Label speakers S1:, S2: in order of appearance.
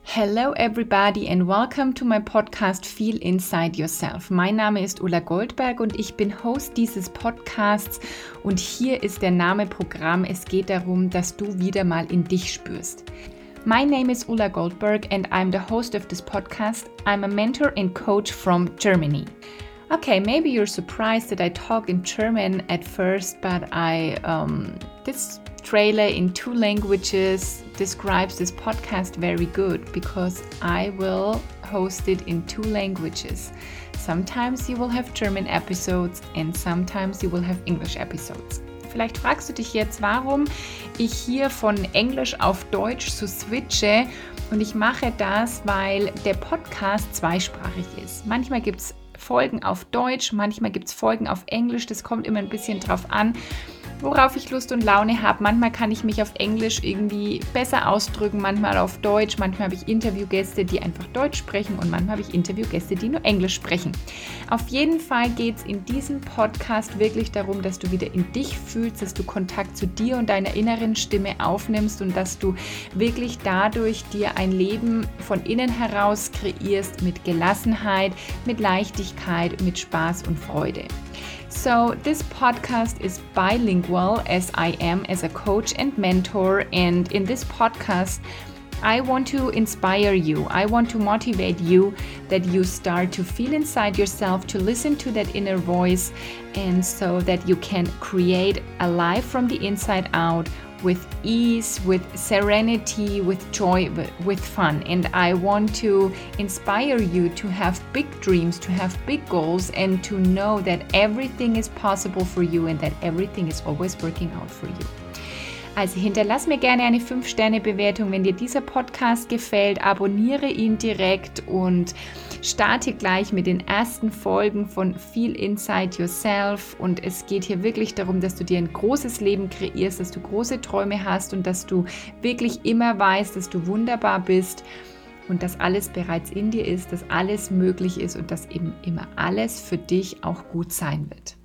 S1: Hello everybody and welcome to my podcast Feel Inside Yourself. Mein Name ist Ulla Goldberg und ich bin Host dieses Podcasts und hier ist der Name Programm. Es geht darum, dass du wieder mal in dich spürst. My name is Ulla Goldberg and I'm the host of this podcast. I'm a mentor and coach from Germany. Okay, maybe you're surprised that I talk in German at first, but this trailer in 2 languages describes this podcast very good because I will host it in 2 languages. Sometimes you will have German episodes and sometimes you will have English episodes. Vielleicht fragst du dich jetzt, warum ich hier von Englisch auf Deutsch so switche, und ich mache das, weil der Podcast zweisprachig ist. Manchmal gibt es Folgen auf Deutsch, manchmal gibt es Folgen auf Englisch, das kommt immer ein bisschen drauf an, worauf ich Lust und Laune habe. Manchmal kann ich mich auf Englisch irgendwie besser ausdrücken, manchmal auf Deutsch. Manchmal habe ich Interviewgäste, die einfach Deutsch sprechen und manchmal habe ich Interviewgäste, die nur Englisch sprechen. Auf jeden Fall geht es in diesem Podcast wirklich darum, dass du wieder in dich fühlst, dass du Kontakt zu dir und deiner inneren Stimme aufnimmst und dass du wirklich dadurch dir ein Leben von innen heraus kreierst mit Gelassenheit, mit Leichtigkeit, mit Spaß und Freude. So this podcast is bilingual as I am as a coach and mentor, and in this podcast I want to inspire you. I want to motivate you that you start to feel inside yourself, to listen to that inner voice, and so that you can create a life from the inside out with ease, with serenity, with joy, with fun. And I want to inspire you to have big dreams, to have big goals, and to know that everything is possible for you and that everything is always working out for you. Also hinterlass mir gerne eine 5-Sterne-Bewertung, wenn dir dieser Podcast gefällt. Abonniere ihn direkt und starte gleich mit den ersten Folgen von Feel Inside Yourself. Und es geht hier wirklich darum, dass du dir ein großes Leben kreierst, dass du große Träume hast und dass du wirklich immer weißt, dass du wunderbar bist und dass alles bereits in dir ist, dass alles möglich ist und dass eben immer alles für dich auch gut sein wird.